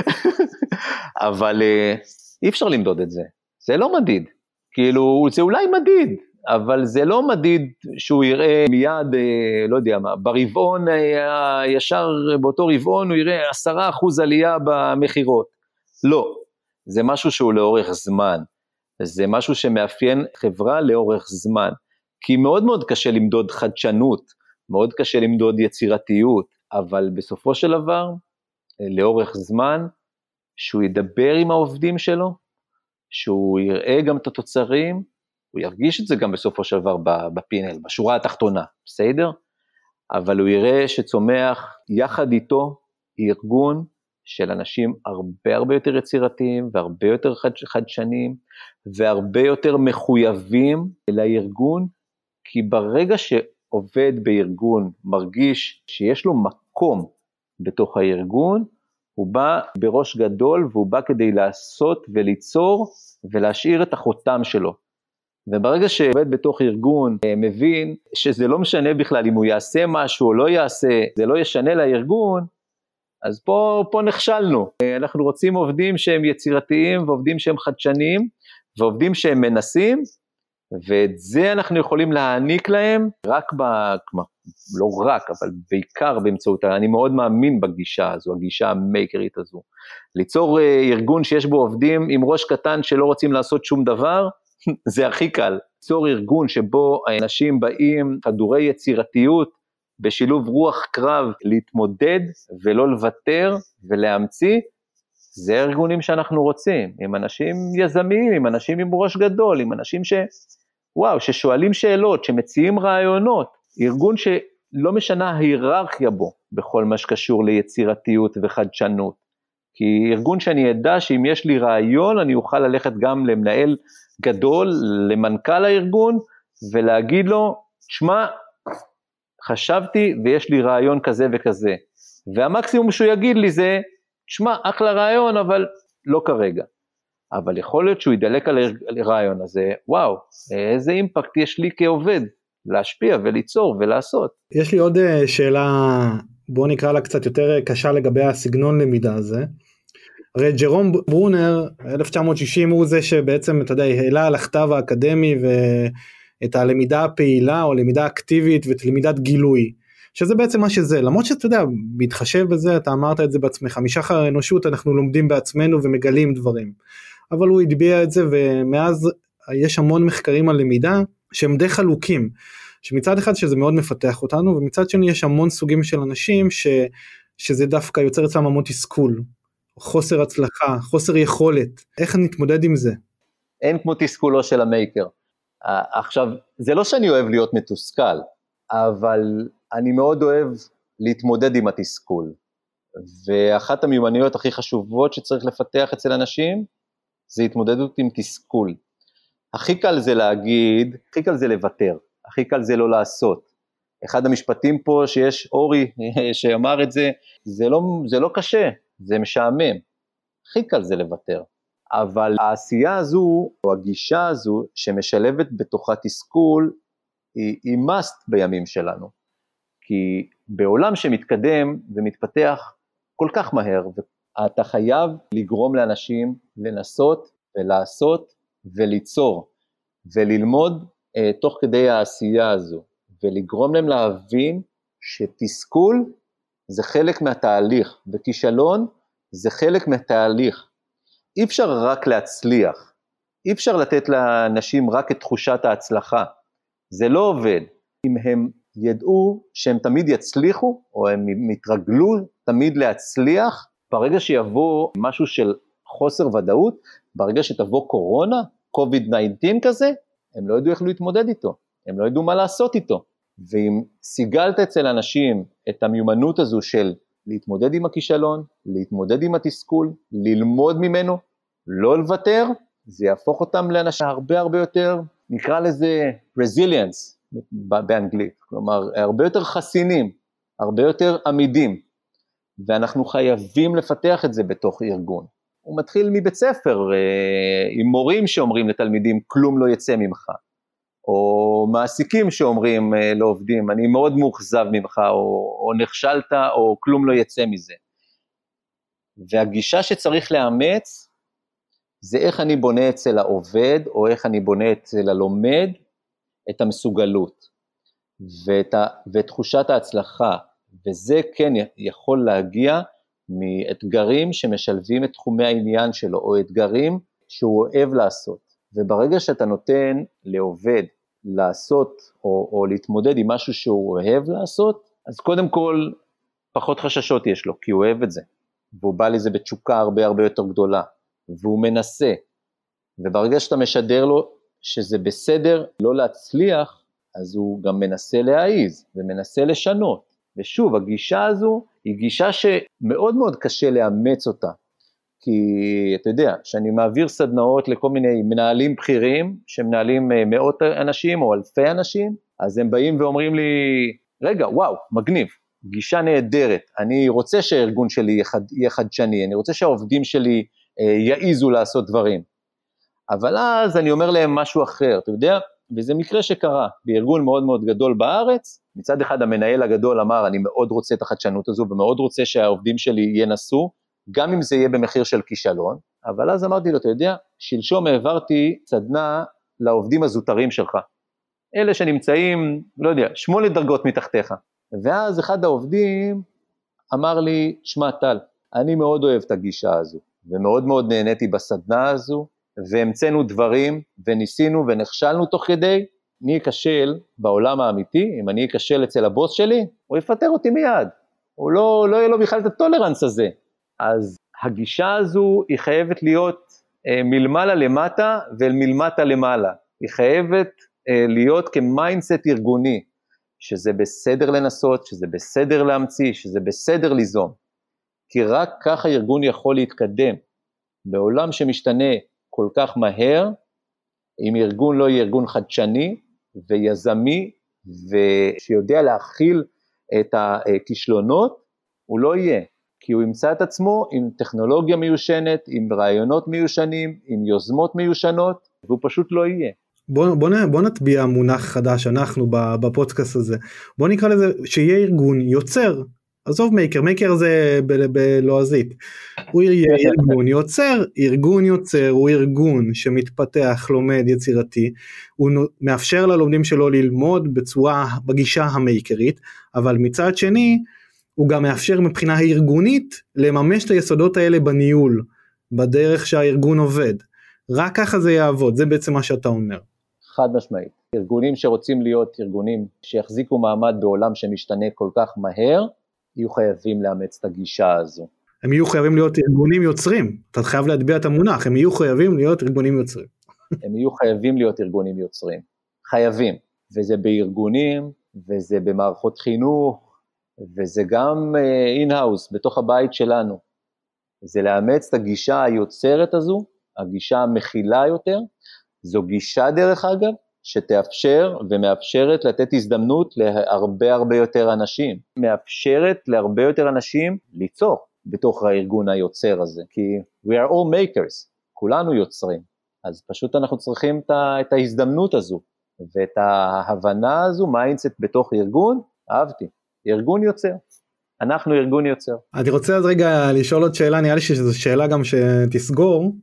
אבל אי אפשר למדוד את זה, זה לא מדיד, כאילו זה אולי מדיד, אבל זה לא מדיד שהוא יראה מיד, לא יודע מה, ברבעון הישר, באותו רבעון הוא יראה עשרה אחוז עלייה במחירות, לא, זה משהו שהוא לאורך זמן, זה משהו שמאפיין חברה לאורך זמן, כי מאוד מאוד קשה למדוד חדשנות, מאוד קשה למדוד יצירתיות, אבל בסופו של דבר, לאורך זמן, שהוא ידבר עם העובדים שלו, שהוא יראה גם את התוצרים, הוא ירגיש את זה גם בסופו של דבר בפינל, בשורה התחתונה, בסדר? אבל הוא יראה שצומח יחד איתו ארגון של אנשים הרבה הרבה יותר יצירתיים, והרבה יותר חדשנים, והרבה יותר מחויבים לארגון, כי ברגע שעובד בארגון מרגיש שיש לו מקום בתוך הארגון, הוא בא בראש גדול, והוא בא כדי לעשות וליצור, ולהשאיר את החותם שלו. וברגע שעובד בתוך ארגון, מבין שזה לא משנה בכלל אם הוא יעשה משהו או לא יעשה, זה לא ישנה לארגון, אז פה, פה נכשלנו. אנחנו רוצים עובדים שהם יצירתיים, ועובדים שהם חדשניים, ועובדים שהם מנסים, ואת זה אנחנו יכולים להעניק להם, רק ב... לא רק, אבל בעיקר באמצעות, אני מאוד מאמין בגישה הזו, הגישה המייקרית הזו. ליצור ארגון שיש בו עובדים עם ראש קטן שלא רוצים לעשות שום דבר, זה הכי קל. ליצור ארגון שבו האנשים באים חדורי יצירתיות, בשילוב רוח קרב להתמודד ולא לוותר ולהמציא, זה ארגונים שאנחנו רוצים, עם אנשים יזמיים, עם אנשים עם ראש גדול, עם אנשים ש... וואו, ששואלים שאלות, שמציעים רעיונות, ארגון שלא משנה ההיררכיה בו, בכל מה שקשור ליצירתיות וחדשנות, כי ארגון שאני אדע שאם יש לי רעיון, אני אוכל ללכת גם למנהל גדול, למנכ"ל הארגון, ולהגיד לו, תשמע, חשבתי ויש לי רעיון כזה וכזה, והמקסימום שהוא יגיד לי זה, תשמע, אחלה רעיון, אבל לא כרגע. אבל יכול להיות שהוא ידלק על הרעיון הזה, וואו, איזה אימפקט יש לי כעובד, להשפיע וליצור ולעשות. יש לי עוד שאלה, בוא נקרא לה קצת יותר קשה לגבי הסגנון למידה הזה. הרי ג'רום ברונר, אלף תשע מאות שישים, הוא זה שבעצם, אתה יודע, העלה על הכתב האקדמי ואת הלמידה הפעילה, או למידה אקטיבית ואת למידת גילוי. שזה בעצם מה שזה, למרות שאתה יודע, מתחשב בזה, אתה אמרת את זה בעצמך, משחר האנושות אנחנו לומדים בעצמנו ומגלים דברים. אבל הוא הדביע את זה, ומאז יש המון מחקרים על למידה, שהם די חלוקים, שמצד אחד שזה מאוד מפתח אותנו, ומצד שני יש המון סוגים של אנשים, ש, שזה דווקא יוצר אצלם המון תסכול, חוסר הצלחה, חוסר יכולת, איך נתמודד עם זה? אין כמו תסכולו של המייקר. עכשיו, זה לא שאני אוהב להיות מתוסכל, אבל אני מאוד אוהב להתמודד עם התסכול, ואחת המיומנויות הכי חשובות שצריך לפתח אצל אנשים, זה התמודדות עם תסכול. הכי קל זה להגיד, הכי קל זה לוותר, הכי קל זה לא לעשות. אחד המשפטים פה שיש אורי שאמר את זה, זה לא, זה לא קשה, זה משעמם. הכי קל זה לוותר. אבל העשייה הזו, או הגישה הזו, שמשלבת בתוכה תסכול, היא, היא must בימים שלנו. כי בעולם שמתקדם ומתפתח כל כך מהר, אתה חייב לגרום לאנשים לנסות ולעשות וליצור, וללמוד אה, תוך כדי העשייה הזו, ולגרום להם להבין שתסכול זה חלק מהתהליך, וכישלון זה חלק מהתהליך. אי אפשר רק להצליח, אי אפשר לתת לאנשים רק את תחושת ההצלחה, זה לא עובד. אם הם ידעו שהם תמיד יצליחו, או הם מתרגלו תמיד להצליח, ברגע שיבוא משהו של חוסר ודאות, ברגע שתבוא קורונה, קוביד תשע עשרה כזה, הם לא ידעו איך להתמודד איתו, הם לא ידעו מה לעשות איתו. ואם סיגלת אצל אנשים את המיומנות הזו של להתמודד עם הכישלון, להתמודד עם התסכול, ללמוד ממנו, לא לוותר, זה יהפוך אותם לאנשים הרבה הרבה יותר, נקרא לזה resilience באנגלית, כלומר הרבה יותר חסינים, הרבה יותר עמידים. ואנחנו חייבים לפתח את זה בתוך ארגון. הוא מתחיל מבית ספר, עם מורים שאומרים לתלמידים, כלום לא יצא ממך, או מעסיקים שאומרים לעובדים, אני מאוד מאוכזב ממך, או, או נכשלת, או כלום לא יצא מזה. והגישה שצריך לאמץ, זה איך אני בונה אצל העובד, או איך אני בונה אצל הלומד, את המסוגלות, ואת, ה, ואת תחושת ההצלחה, וזה כן יכול להגיע מאתגרים שמשלבים את תחומי העניין שלו, או אתגרים שהוא אוהב לעשות. וברגע שאתה נותן לעובד לעשות, או, או להתמודד עם משהו שהוא אוהב לעשות, אז קודם כל פחות חששות יש לו, כי הוא אוהב את זה, והוא בא לזה בתשוקה הרבה הרבה יותר גדולה, והוא מנסה, וברגע שאתה משדר לו שזה בסדר לא להצליח, אז הוא גם מנסה להעיז, ומנסה לשנות. ושוב, הגישה הזו היא גישה שמאוד מאוד קשה לאמץ אותה, כי אתה יודע, שאני מעביר סדנאות לכל מיני מנהלים בכירים, שמנהלים מאות אנשים או אלפי אנשים, אז הם באים ואומרים לי, רגע, וואו, מגניב, גישה נהדרת, אני רוצה שהארגון שלי יהיה, חד, יהיה חדשני, אני רוצה שהעובדים שלי אה, יעיזו לעשות דברים, אבל אז אני אומר להם משהו אחר, אתה יודע, וזה מקרה שקרה, בארגון מאוד מאוד גדול בארץ, מצד אחד המנהל הגדול אמר, אני מאוד רוצה את החדשנות הזו, ומאוד רוצה שהעובדים שלי ינסו, גם אם זה יהיה במחיר של כישלון, אבל אז אמרתי לו, אתה יודע, שלשום העברתי סדנה לעובדים הזוטרים שלך, אלה שנמצאים, לא יודע, שמונה דרגות מתחתיך, ואז אחד העובדים אמר לי, שמע טל, אני מאוד אוהב את הגישה הזו, ומאוד מאוד נהניתי בסדנה הזו, והמצאנו דברים, וניסינו ונכשלנו תוך כדי, אני אכשל בעולם האמיתי, אם אני אכשל אצל הבוס שלי, הוא יפטר אותי מיד, הוא לא, לא יהיה לו בכלל את הטולרנס הזה, אז הגישה הזו היא חייבת להיות אה, מלמעלה למטה, ומלמטה למעלה, היא חייבת אה, להיות כמיינדסט ארגוני, שזה בסדר לנסות, שזה בסדר להמציא, שזה בסדר ליזום, כי רק ככה ארגון יכול להתקדם, בעולם שמשתנה כל כך מהר, אם ארגון לא יהיה ארגון חדשני ויזמי, ושיודע להכיל את הכישלונות, הוא לא יהיה, כי הוא ימצא את עצמו עם טכנולוגיה מיושנת, עם רעיונות מיושנים, עם יוזמות מיושנות, והוא פשוט לא יהיה. בוא, בוא, בוא נטביע מונח חדש, אנחנו בפודקאסט הזה, בוא נקרא לזה שיהיה ארגון יוצר, עזוב מייקר, מייקר זה בלועזית, הוא יהיה ארגון יוצר, ארגון יוצר הוא ארגון שמתפתח, לומד, יצירתי, הוא מאפשר ללומדים שלו ללמוד בצורה, בגישה המייקרית, אבל מצד שני, הוא גם מאפשר מבחינה הארגונית, לממש את היסודות האלה בניהול, בדרך שהארגון עובד, רק ככה זה יעבוד, זה בעצם מה שאתה אומר. חד משמעית, ארגונים שרוצים להיות ארגונים שיחזיקו מעמד בעולם שמשתנה כל כך מהר, יהיו חייבים לאמץ את הגישה הזו. הם יהיו חייבים להיות ארגונים יוצרים, אתה חייב להטביע את המונח, הם יהיו חייבים להיות ארגונים יוצרים. הם יהיו חייבים להיות ארגונים יוצרים, חייבים, וזה בארגונים, וזה במערכות חינוך, וזה גם אין-האוס, בתוך הבית שלנו, זה לאמץ את הגישה היוצרת הזו, הגישה המכילה יותר, זו גישה דרך אגב, שתאפשר ומאפשרת לתת הזדמנות להרבה הרבה יותר אנשים, מאפשרת להרבה יותר אנשים ליצור בתוך הארגון היוצר הזה, כי we are all makers, כולנו יוצרים, אז פשוט אנחנו צריכים את ההזדמנות הזו, ואת ההבנה הזו, מיינדסט בתוך ארגון, אהבתי, ארגון יוצר, אנחנו ארגון יוצר. אני רוצה אז רגע לשאול עוד שאלה, נראה לי שזו שאלה גם שתסגור,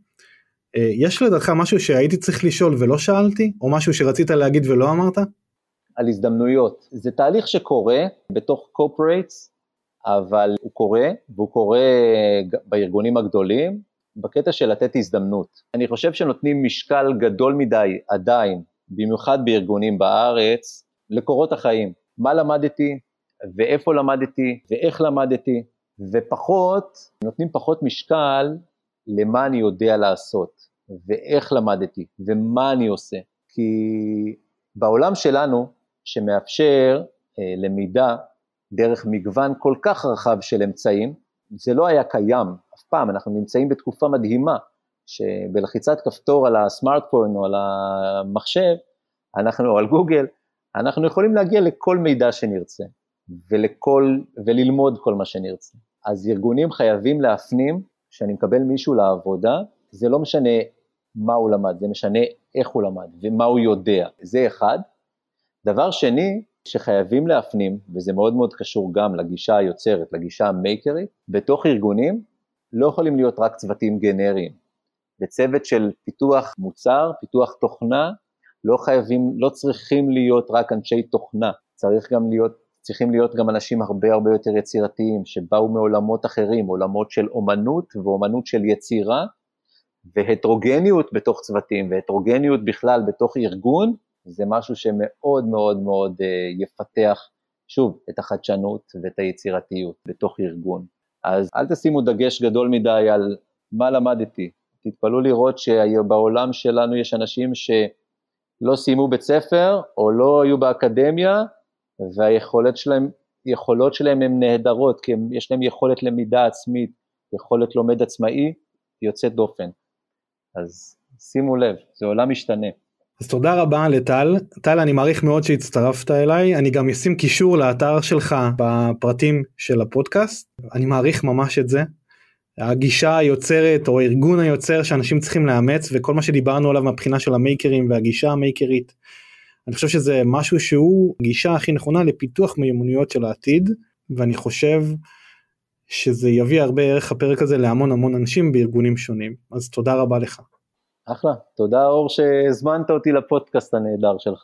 יש לדעתך משהו שהייתי צריך לשאול ולא שאלתי, או משהו שרצית להגיד ולא אמרת? על הזדמנויות, זה תהליך שקורה בתוך corporates, אבל הוא קורה, והוא קורה בארגונים הגדולים, בקטע של לתת הזדמנות. אני חושב שנותנים משקל גדול מדי עדיין, במיוחד בארגונים בארץ, לקורות החיים. מה למדתי, ואיפה למדתי, ואיך למדתי, ופחות, נותנים פחות משקל למה אני יודע לעשות, ואיך למדתי, ומה אני עושה. כי בעולם שלנו, שמאפשר אה, למידה, דרך מגוון כל כך רחב של אמצעים, זה לא היה קיים אף פעם, אנחנו נמצאים בתקופה מדהימה, שבלחיצת כפתור על הסמארטפון או על המחשב, אנחנו, או על גוגל, אנחנו יכולים להגיע לכל מידע שנרצה, ולכל, וללמוד כל מה שנרצה. אז ארגונים חייבים להפנים, שאני מקבל מישהו לעבודה, זה לא משנה מה הוא למד, זה משנה איך הוא למד, ומה הוא יודע, זה אחד. דבר שני, שחייבים להפנים, וזה מאוד מאוד קשור גם לגישה היוצרת, לגישה המייקרית, בתוך ארגונים, לא יכולים להיות רק צוותים גנריים. בצוות של פיתוח מוצר, פיתוח תוכנה, לא חייבים, לא צריכים להיות רק אנשי תוכנה, צריך גם להיות, צריכים להיות גם אנשים הרבה הרבה יותר יצירתיים, שבאו מעולמות אחרים, עולמות של אומנות ואומנות של יצירה, והטרוגניות בתוך צוותים, והטרוגניות בכלל בתוך ארגון, זה משהו שמאוד מאוד מאוד יפתח, שוב, את החדשנות ואת היצירתיות בתוך ארגון. אז אל תשימו דגש גדול מדי על מה למדתי, תתפלאו לראות שבעולם שלנו יש אנשים שלא סיימו בית ספר, או לא היו באקדמיה, והיכולות שלהם, יכולות שלהם הן נהדרות, כי יש להם יכולת למידה עצמית, יכולת לומד עצמאי, יוצאת דופן. אז שימו לב, זה עולם משתנה. אז תודה רבה לטל. טל, אני מעריך מאוד שהצטרפת אליי, אני גם אשים קישור לאתר שלך בפרטים של הפודקאסט, אני מעריך ממש את זה, הגישה היוצרת או הארגון היוצר שאנשים צריכים לאמץ, וכל מה שדיברנו עליו מהבחינה של המייקרים והגישה המייקרית, אני חושב שזה משהו שהוא גישה הכי נכונה לפיתוח מיומנויות של העתיד, ואני חושב שזה יביא הרבה ערך הפרק הזה להמון המון אנשים בארגונים שונים, אז תודה רבה לך. אחלה, תודה אור שהזמנת אותי לפודקאסט הנהדר שלך.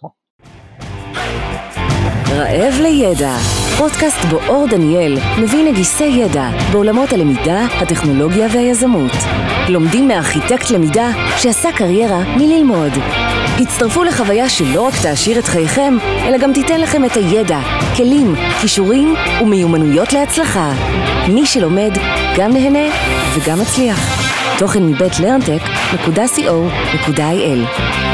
רעב לידע, פודקאסט בו אור דניאל מביא נגיסי ידע בעולמות הלמידה, הטכנולוגיה והיזמות. לומדים מארכיטקט למידה שעשה קריירה מללמוד. הצטרפו לחוויה שלא רק תעשיר את חייכם, אלא גם תיתן לכם את הידע, כלים, כישורים ומיומנויות להצלחה. מי שלומד גם נהנה וגם מצליח. תוכן מבית לרנטק נקודה סי או נקודה איי אל